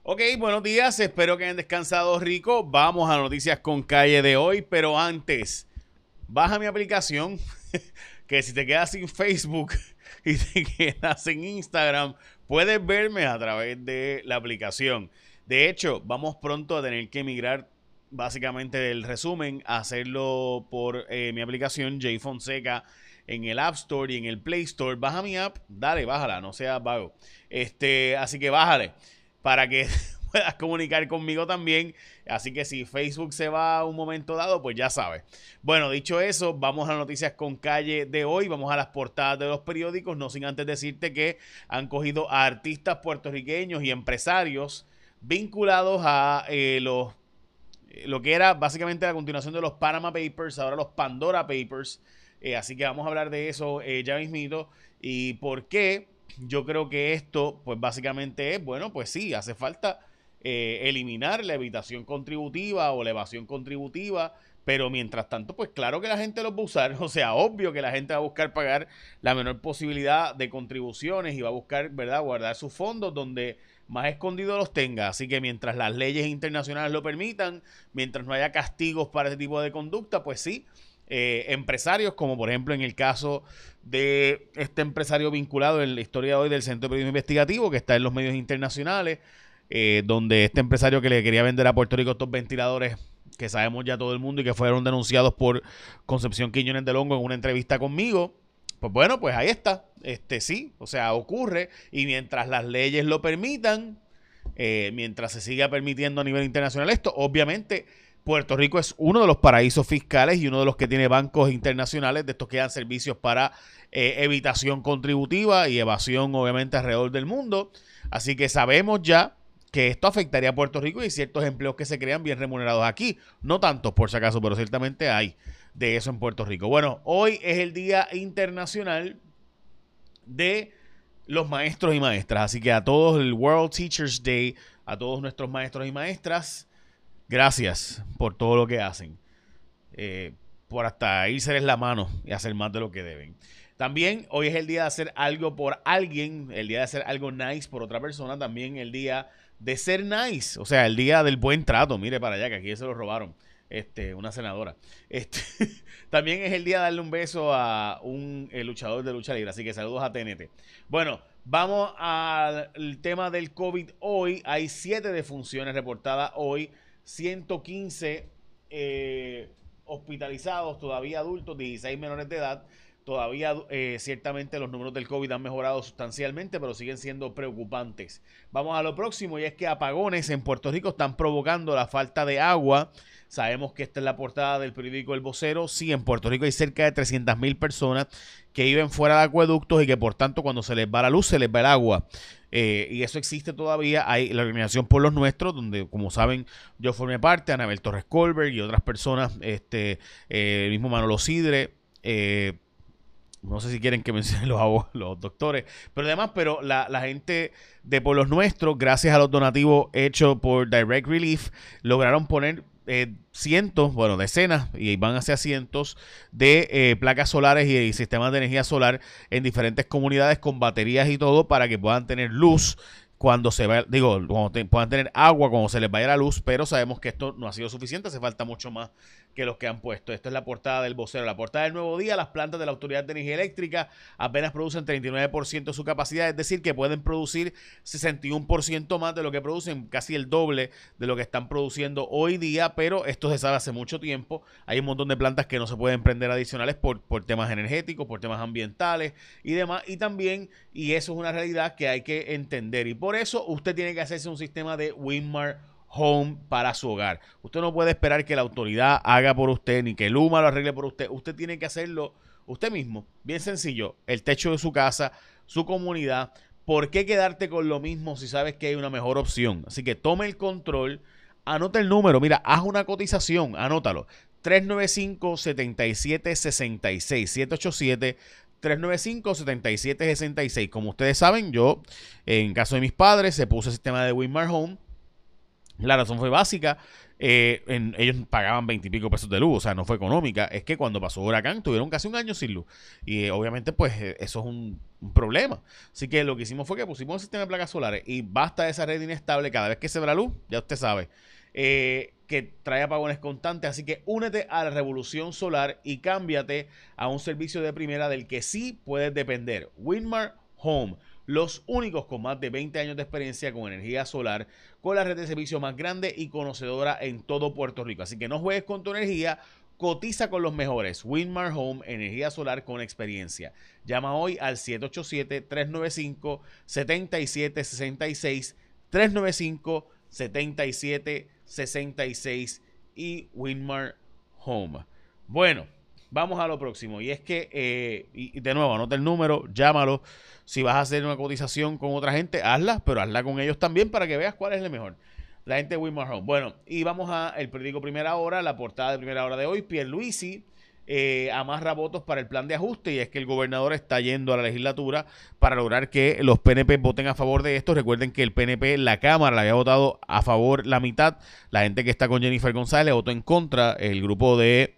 Ok, buenos días, espero que hayan descansado rico. Vamos a noticias con calle de hoy, pero antes, baja mi aplicación, que si te quedas sin Facebook y te quedas en Instagram, puedes verme a través de la aplicación. De hecho, vamos pronto a tener que migrar básicamente del resumen a hacerlo por mi aplicación J Fonseca en el App Store y en el Play Store. Baja mi app, dale, bájala, no seas vago. Así que bájale para que puedas comunicar conmigo también. Así que si Facebook se va a un momento dado, pues ya sabes. Bueno, dicho eso, vamos a las noticias con calle de hoy. Vamos a las portadas de los periódicos, no sin antes decirte que han cogido a artistas puertorriqueños y empresarios vinculados a lo que era básicamente la continuación de los Panama Papers, ahora los Pandora Papers. Así que vamos a hablar de eso ya mismito. Y por qué yo creo que esto, pues básicamente es, bueno, pues sí, hace falta eliminar la evitación contributiva o la evasión contributiva, pero mientras tanto, pues claro que la gente los va a usar, o sea, obvio que la gente va a buscar pagar la menor posibilidad de contribuciones y va a buscar, ¿verdad?, guardar sus fondos donde más escondidos los tenga. Así que mientras las leyes internacionales lo permitan, mientras no haya castigos para ese tipo de conducta, pues sí, empresarios, como por ejemplo en el caso de este empresario vinculado en la historia de hoy del Centro de Periodismo Investigativo, que está en los medios internacionales, donde este empresario que le quería vender a Puerto Rico estos ventiladores que sabemos ya todo el mundo y que fueron denunciados por Concepción Quiñones del Hongo en una entrevista conmigo, pues bueno, pues ahí está, sí, o sea, ocurre y mientras las leyes lo permitan, mientras se siga permitiendo a nivel internacional esto, obviamente Puerto Rico es uno de los paraísos fiscales y uno de los que tiene bancos internacionales de estos que dan servicios para evitación contributiva y evasión obviamente alrededor del mundo. Así que sabemos ya que esto afectaría a Puerto Rico y ciertos empleos que se crean bien remunerados aquí. No tantos por si acaso, pero ciertamente hay de eso en Puerto Rico. Bueno, hoy es el Día Internacional de los maestros y maestras. Así que a todos el World Teachers Day, a todos nuestros maestros y maestras, gracias por todo lo que hacen. Por hasta irse la mano y hacer más de lo que deben. También hoy es el día de hacer algo por alguien, el día de hacer algo nice por otra persona, también el día de ser nice, o sea, el día del buen trato, mire para allá que aquí se lo robaron. Una senadora. También es el día de darle un beso a un luchador de lucha libre. Así que saludos a TNT. Bueno, vamos al tema del COVID hoy. Hay 7 defunciones reportadas hoy. 115 hospitalizados, todavía adultos, 16 menores de edad. Todavía ciertamente los números del COVID han mejorado sustancialmente, pero siguen siendo preocupantes. Vamos a lo próximo y es que apagones en Puerto Rico están provocando la falta de agua. Sabemos que esta es la portada del periódico El Vocero. Sí, en Puerto Rico hay cerca de 300,000 personas que viven fuera de acueductos y que por tanto cuando se les va la luz se les va el agua. Y eso existe todavía. Hay la Organización por los Nuestros, donde como saben yo formé parte, Anabel Torres Colbert y otras personas, el mismo Manolo Sidre, no sé si quieren que mencione los doctores, pero además, pero la gente de Pueblos Nuestros, gracias a los donativos hechos por Direct Relief, lograron poner cientos, bueno, decenas, y van hacia cientos de placas solares y sistemas de energía solar en diferentes comunidades con baterías y todo para que puedan tener luz cuando se va, digo, puedan tener agua cuando se les vaya la luz, pero sabemos que esto no ha sido suficiente, hace falta mucho más que los que han puesto. Esta es la portada del Vocero. La portada del Nuevo Día: las plantas de la Autoridad de Energía Eléctrica apenas producen 39% de su capacidad, es decir, que pueden producir 61% más de lo que producen, casi el doble de lo que están produciendo hoy día, pero esto se sabe hace mucho tiempo. Hay un montón de plantas que no se pueden prender adicionales por temas energéticos, por temas ambientales y demás, y también, y eso es una realidad que hay que entender, y por eso usted tiene que hacerse un sistema de Winmar Home para su hogar. Usted no puede esperar que la autoridad haga por usted, ni que el Luma lo arregle por usted. Usted tiene que hacerlo usted mismo. Bien sencillo. El techo de su casa, su comunidad. ¿Por qué quedarte con lo mismo si sabes que hay una mejor opción? Así que tome el control, anota el número. Mira, haz una cotización, anótalo. 395-7766. 787-395-7766. Como ustedes saben, yo, en caso de mis padres, se puso el sistema de Winmar Home. La razón fue básica. ellos pagaban 20 y pico pesos de luz, o sea, no fue económica. Es que cuando pasó huracán tuvieron casi un año sin luz. Y obviamente, pues, eso es un problema. Así que lo que hicimos fue que pusimos un sistema de placas solares y basta esa red inestable cada vez que se va la luz, ya usted sabe, que trae apagones constantes. Así que únete a la revolución solar y cámbiate a un servicio de primera del que sí puedes depender. Winmar Home, los únicos con más de 20 años de experiencia con energía solar, con la red de servicio más grande y conocedora en todo Puerto Rico. Así que no juegues con tu energía, cotiza con los mejores. Winmar Home, energía solar con experiencia. Llama hoy al 787-395-7766, 395-7766 y Winmar Home. Bueno, vamos a lo próximo. Y es que, y de nuevo, anota el número, llámalo. Si vas a hacer una cotización con otra gente, hazla, pero hazla con ellos también para que veas cuál es el mejor. La gente de Winmar Home. Bueno, y vamos a el periódico Primera Hora, la portada de Primera Hora de hoy. Pierluisi amarra votos para el plan de ajuste, y es que el gobernador está yendo a la legislatura para lograr que los PNP voten a favor de esto. Recuerden que el PNP, la Cámara, le había votado a favor la mitad. La gente que está con Jennifer González le votó en contra. El grupo de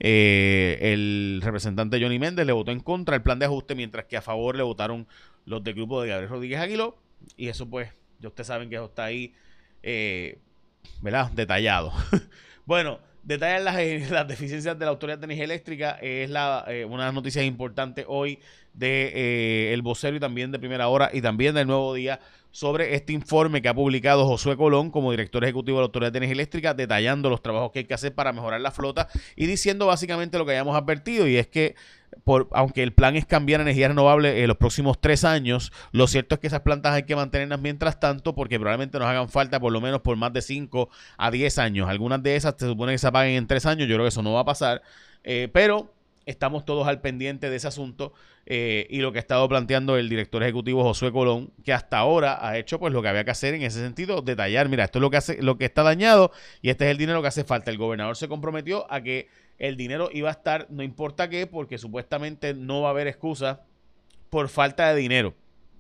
el representante Johnny Méndez le votó en contra el plan de ajuste, mientras que a favor le votaron los del grupo de Gabriel Rodríguez Aguiló. Y eso, pues, ya ustedes saben que eso está ahí, ¿verdad? Detallado. Bueno, detallan las deficiencias de la Autoridad de Energía Eléctrica. Es una de las noticias importantes hoy de El Vocero y también de Primera Hora y también del Nuevo Día, sobre este informe que ha publicado Josué Colón como director ejecutivo de la Autoridad de Energía Eléctrica, detallando los trabajos que hay que hacer para mejorar la flota y diciendo básicamente lo que hayamos advertido, y es que aunque el plan es cambiar energía renovable en los próximos 3 años, lo cierto es que esas plantas hay que mantenerlas mientras tanto, porque probablemente nos hagan falta por lo menos por más de 5 a 10 años. Algunas de esas se supone que se apaguen en 3 años. Yo creo que eso no va a pasar, pero estamos todos al pendiente de ese asunto, y lo que ha estado planteando el director ejecutivo Josué Colón, que hasta ahora ha hecho pues lo que había que hacer en ese sentido, detallar, mira, esto es lo que hace, lo que está dañado, y este es el dinero que hace falta. El gobernador se comprometió a que el dinero iba a estar, no importa qué, porque supuestamente no va a haber excusa por falta de dinero.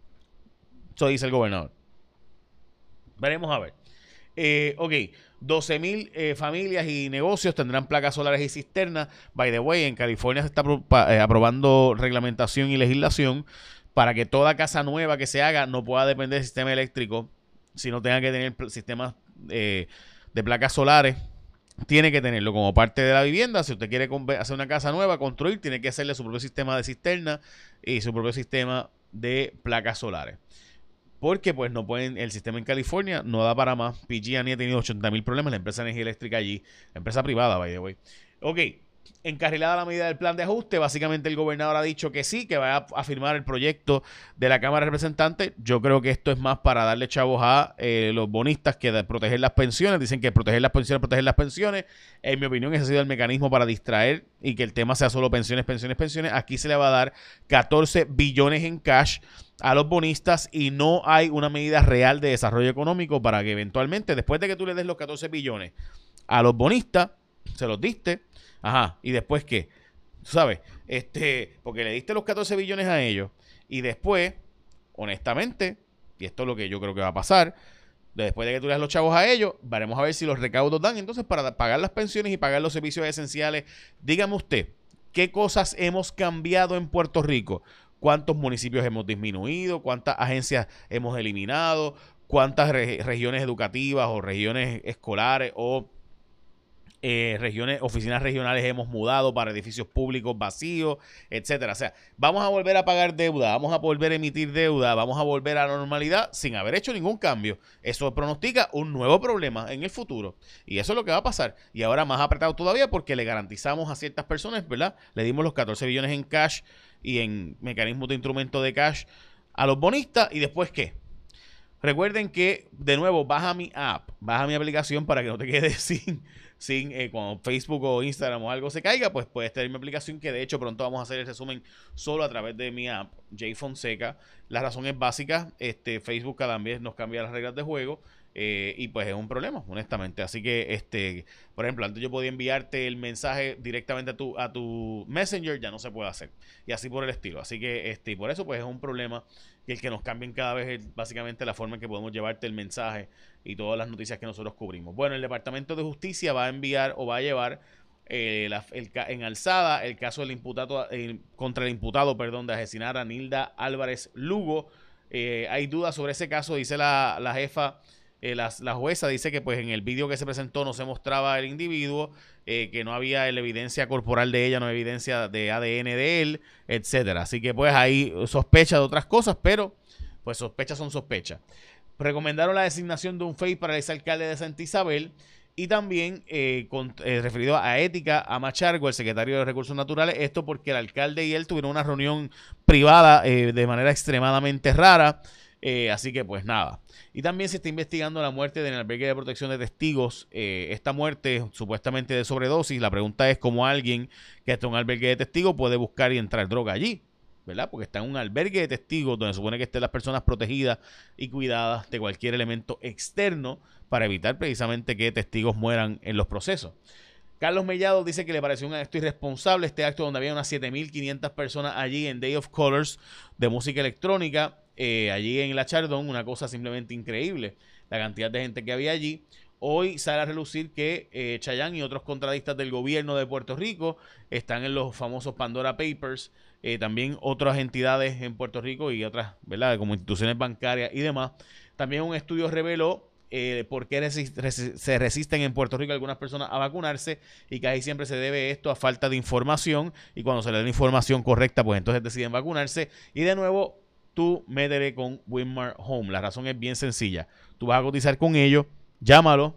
Eso dice el gobernador. Veremos a ver. Ok, 12,000 familias y negocios tendrán placas solares y cisternas. By the way, en California se está aprobando reglamentación y legislación para que toda casa nueva que se haga no pueda depender del sistema eléctrico, sino tenga que tener sistemas de placas solares. Tiene que tenerlo como parte de la vivienda. Si usted quiere hacer una casa nueva, construir, tiene que hacerle su propio sistema de cisterna y su propio sistema de placas solares. Porque pues no pueden, el sistema en California no da para más. PG&E ha tenido 80,000 problemas, la empresa de energía eléctrica allí, la empresa privada, by the way. Ok, encarrilada la medida del plan de ajuste. Básicamente el gobernador ha dicho que sí, que va a firmar el proyecto de la Cámara de Representantes. Yo creo que esto es más para darle chavos a los bonistas que de proteger las pensiones. Dicen que proteger las pensiones, proteger las pensiones. En mi opinión, ese ha sido el mecanismo para distraer y que el tema sea solo pensiones, pensiones, pensiones. Aquí se le va a dar 14 billones en cash a los bonistas y no hay una medida real de desarrollo económico para que eventualmente, después de que tú le des los 14 billones a los bonistas, se los diste, ajá, y después ¿qué? Tú sabes, porque le diste los 14 billones a ellos y después, honestamente, y esto es lo que yo creo que va a pasar, después de que tú le das los chavos a ellos, veremos a ver si los recaudos dan entonces para pagar las pensiones y pagar los servicios esenciales. Dígame usted, ¿qué cosas hemos cambiado en Puerto Rico? ¿Cuántos municipios hemos disminuido? ¿Cuántas agencias hemos eliminado? ¿Cuántas regiones educativas o regiones escolares o oficinas regionales hemos mudado para edificios públicos vacíos, etcétera? O sea, vamos a volver a pagar deuda, vamos a volver a emitir deuda, vamos a volver a la normalidad sin haber hecho ningún cambio. Eso pronostica un nuevo problema en el futuro, y eso es lo que va a pasar. Y ahora más apretado todavía, porque le garantizamos a ciertas personas, ¿verdad? Le dimos los 14 billones en cash y en mecanismos de instrumento de cash a los bonistas. ¿Y después qué? Recuerden que, de nuevo, baja mi app, baja mi aplicación para que no te quedes sin cuando Facebook o Instagram o algo se caiga, pues puedes tener mi aplicación, que de hecho pronto vamos a hacer el resumen solo a través de mi app, Jay Fonseca. La razón es básica, Facebook cada vez nos cambia las reglas de juego, y pues es un problema, honestamente. Así que, por ejemplo, antes yo podía enviarte el mensaje directamente a tu Messenger, ya no se puede hacer, y así por el estilo. Así que, por eso pues es un problema y el que nos cambien cada vez básicamente la forma en que podemos llevarte el mensaje y todas las noticias que nosotros cubrimos. Bueno, el Departamento de Justicia va a enviar o va a llevar en alzada el caso del imputado contra el imputado, perdón, de asesinar a Nilda Álvarez Lugo. Hay dudas sobre ese caso, dice la jefa. La jueza dice que pues en el vídeo que se presentó no se mostraba el individuo, que no había la evidencia corporal de ella, no había evidencia de ADN de él, etcétera. Así que pues hay sospecha de otras cosas, pero pues sospechas son sospechas. Recomendaron la designación de un FEI para el exalcalde de Santa Isabel y también referido a ética a Machargo, el secretario de Recursos Naturales, esto porque el alcalde y él tuvieron una reunión privada de manera extremadamente rara. Así que pues nada. Y también se está investigando la muerte del albergue de protección de testigos. Esta muerte supuestamente de sobredosis. La pregunta es cómo alguien que está en un albergue de testigos puede buscar y entrar droga allí, ¿verdad? Porque está en un albergue de testigos donde supone que estén las personas protegidas y cuidadas de cualquier elemento externo para evitar precisamente que testigos mueran en los procesos. Carlos Mellado dice que le pareció un acto irresponsable este acto donde había unas 7.500 personas allí en Day of Colors de música electrónica, allí en La Chardón, una cosa simplemente increíble, la cantidad de gente que había allí. Hoy sale a relucir que Chayanne y otros contratistas del gobierno de Puerto Rico están en los famosos Pandora Papers, también otras entidades en Puerto Rico y otras, ¿verdad?, como instituciones bancarias y demás. También un estudio reveló por qué se resisten en Puerto Rico algunas personas a vacunarse y que ahí siempre se debe esto a falta de información y cuando se le da la información correcta pues entonces deciden vacunarse y de nuevo tú métele con Winmar Home. La razón es bien sencilla, tú vas a cotizar con ellos, llámalo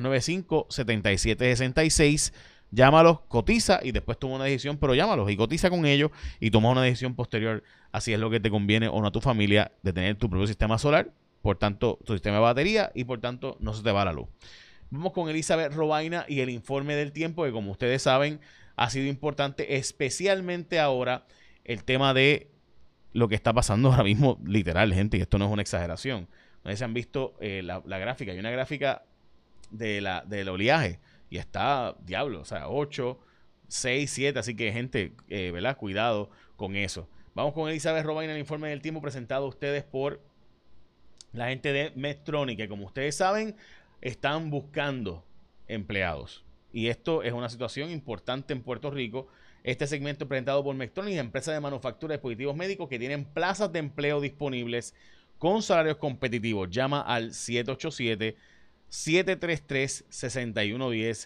395-7766, llámalos, cotiza y después toma una decisión, pero llámalos y cotiza con ellos y toma una decisión posterior, así es lo que te conviene o no a tu familia de tener tu propio sistema solar, por tanto tu sistema de batería y por tanto no se te va la luz. Vamos con Elizabeth Robaina y el informe del tiempo que como ustedes saben ha sido importante, especialmente ahora el tema de lo que está pasando ahora mismo, literal, gente, y esto no es una exageración. No sé si han visto la gráfica, hay una gráfica del oleaje y está, diablo, o sea, 8, 6, 7, así que gente, ¿verdad? Cuidado con eso. Vamos con Elizabeth Robaina, el informe del tiempo presentado a ustedes por la gente de Medtronic, que como ustedes saben, están buscando empleados. Y esto es una situación importante en Puerto Rico. Este segmento es presentado por Medtronic, empresa de manufactura de dispositivos médicos que tienen plazas de empleo disponibles con salarios competitivos. Llama al 787-733-6110,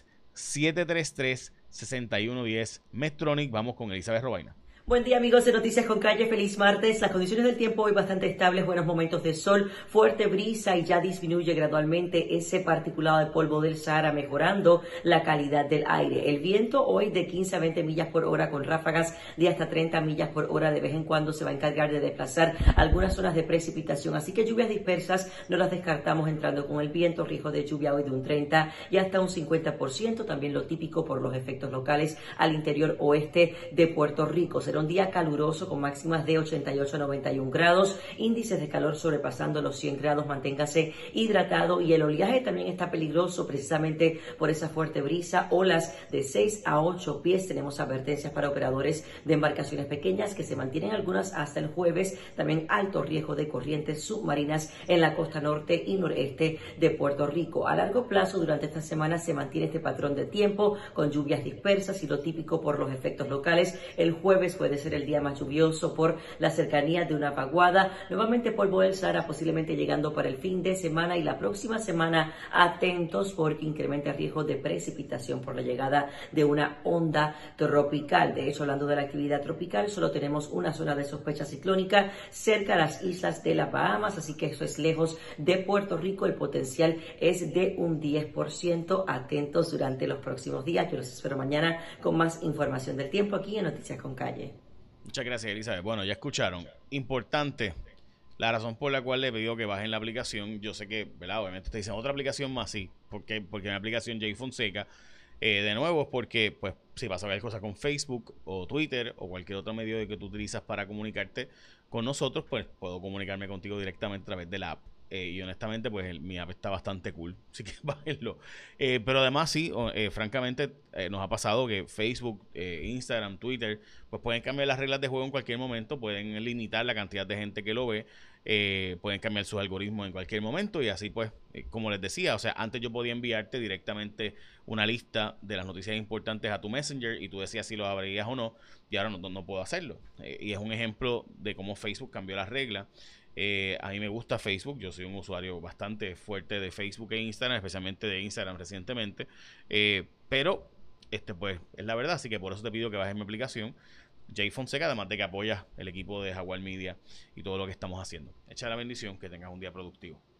733-6110. Medtronic. Vamos con Elizabeth Robaina. Buen día amigos de Noticias con Calle, feliz martes. Las condiciones del tiempo hoy bastante estables, buenos momentos de sol, fuerte brisa y ya disminuye gradualmente ese particulado de polvo del Sahara, mejorando la calidad del aire. El viento hoy de 15 a 20 millas por hora con ráfagas de hasta 30 millas por hora de vez en cuando se va a encargar de desplazar algunas zonas de precipitación, así que lluvias dispersas no las descartamos entrando con el viento, riesgo de lluvia hoy de un 30 y hasta un 50%, también lo típico por los efectos locales al interior oeste de Puerto Rico. Será un día caluroso con máximas de 88 a 91 grados, índices de calor sobrepasando los 100 grados, manténgase hidratado y el oleaje también está peligroso precisamente por esa fuerte brisa, olas de 6 a 8 pies, tenemos advertencias para operadores de embarcaciones pequeñas que se mantienen algunas hasta el jueves, también alto riesgo de corrientes submarinas en la costa norte y noreste de Puerto Rico. A largo plazo durante esta semana se mantiene este patrón de tiempo con lluvias dispersas y lo típico por los efectos locales. El jueves puede ser el día más lluvioso por la cercanía de una vaguada. Nuevamente polvo del Sahara posiblemente llegando para el fin de semana y la próxima semana atentos porque incrementa el riesgo de precipitación por la llegada de una onda tropical. De hecho, hablando de la actividad tropical, solo tenemos una zona de sospecha ciclónica cerca a las islas de las Bahamas, así que eso es lejos de Puerto Rico. El potencial es de un 10%. Atentos durante los próximos días. Yo los espero mañana con más información del tiempo aquí en Noticias con Calle. Muchas gracias, Elizabeth. Bueno, ya escucharon. Importante, la razón por la cual le he pedido que bajen la aplicación. Yo sé que, ¿verdad? Obviamente te dicen otra aplicación más, sí. Porque mi aplicación Jay Fonseca, de nuevo, es porque, pues, si vas a ver cosas con Facebook o Twitter o cualquier otro medio de que tú utilizas para comunicarte con nosotros, pues puedo comunicarme contigo directamente a través de la app. Y honestamente, pues mi app está bastante cool, así que bájenlo. Pero además, sí, francamente, nos ha pasado que Facebook, Instagram, Twitter, pues pueden cambiar las reglas de juego en cualquier momento, pueden limitar la cantidad de gente que lo ve. pueden cambiar sus algoritmos en cualquier momento y así pues, como les decía, o sea, antes yo podía enviarte directamente una lista de las noticias importantes a tu Messenger y tú decías si lo abrías o no, y ahora no puedo hacerlo. Y es un ejemplo de cómo Facebook cambió las reglas. A mí me gusta Facebook, yo soy un usuario bastante fuerte de Facebook e Instagram, especialmente de Instagram recientemente, pero pues es la verdad, así que por eso te pido que bajes mi aplicación Jay Fonseca, además de que apoyas el equipo de Jaguar Media y todo lo que estamos haciendo. Echa la bendición, que tengas un día productivo.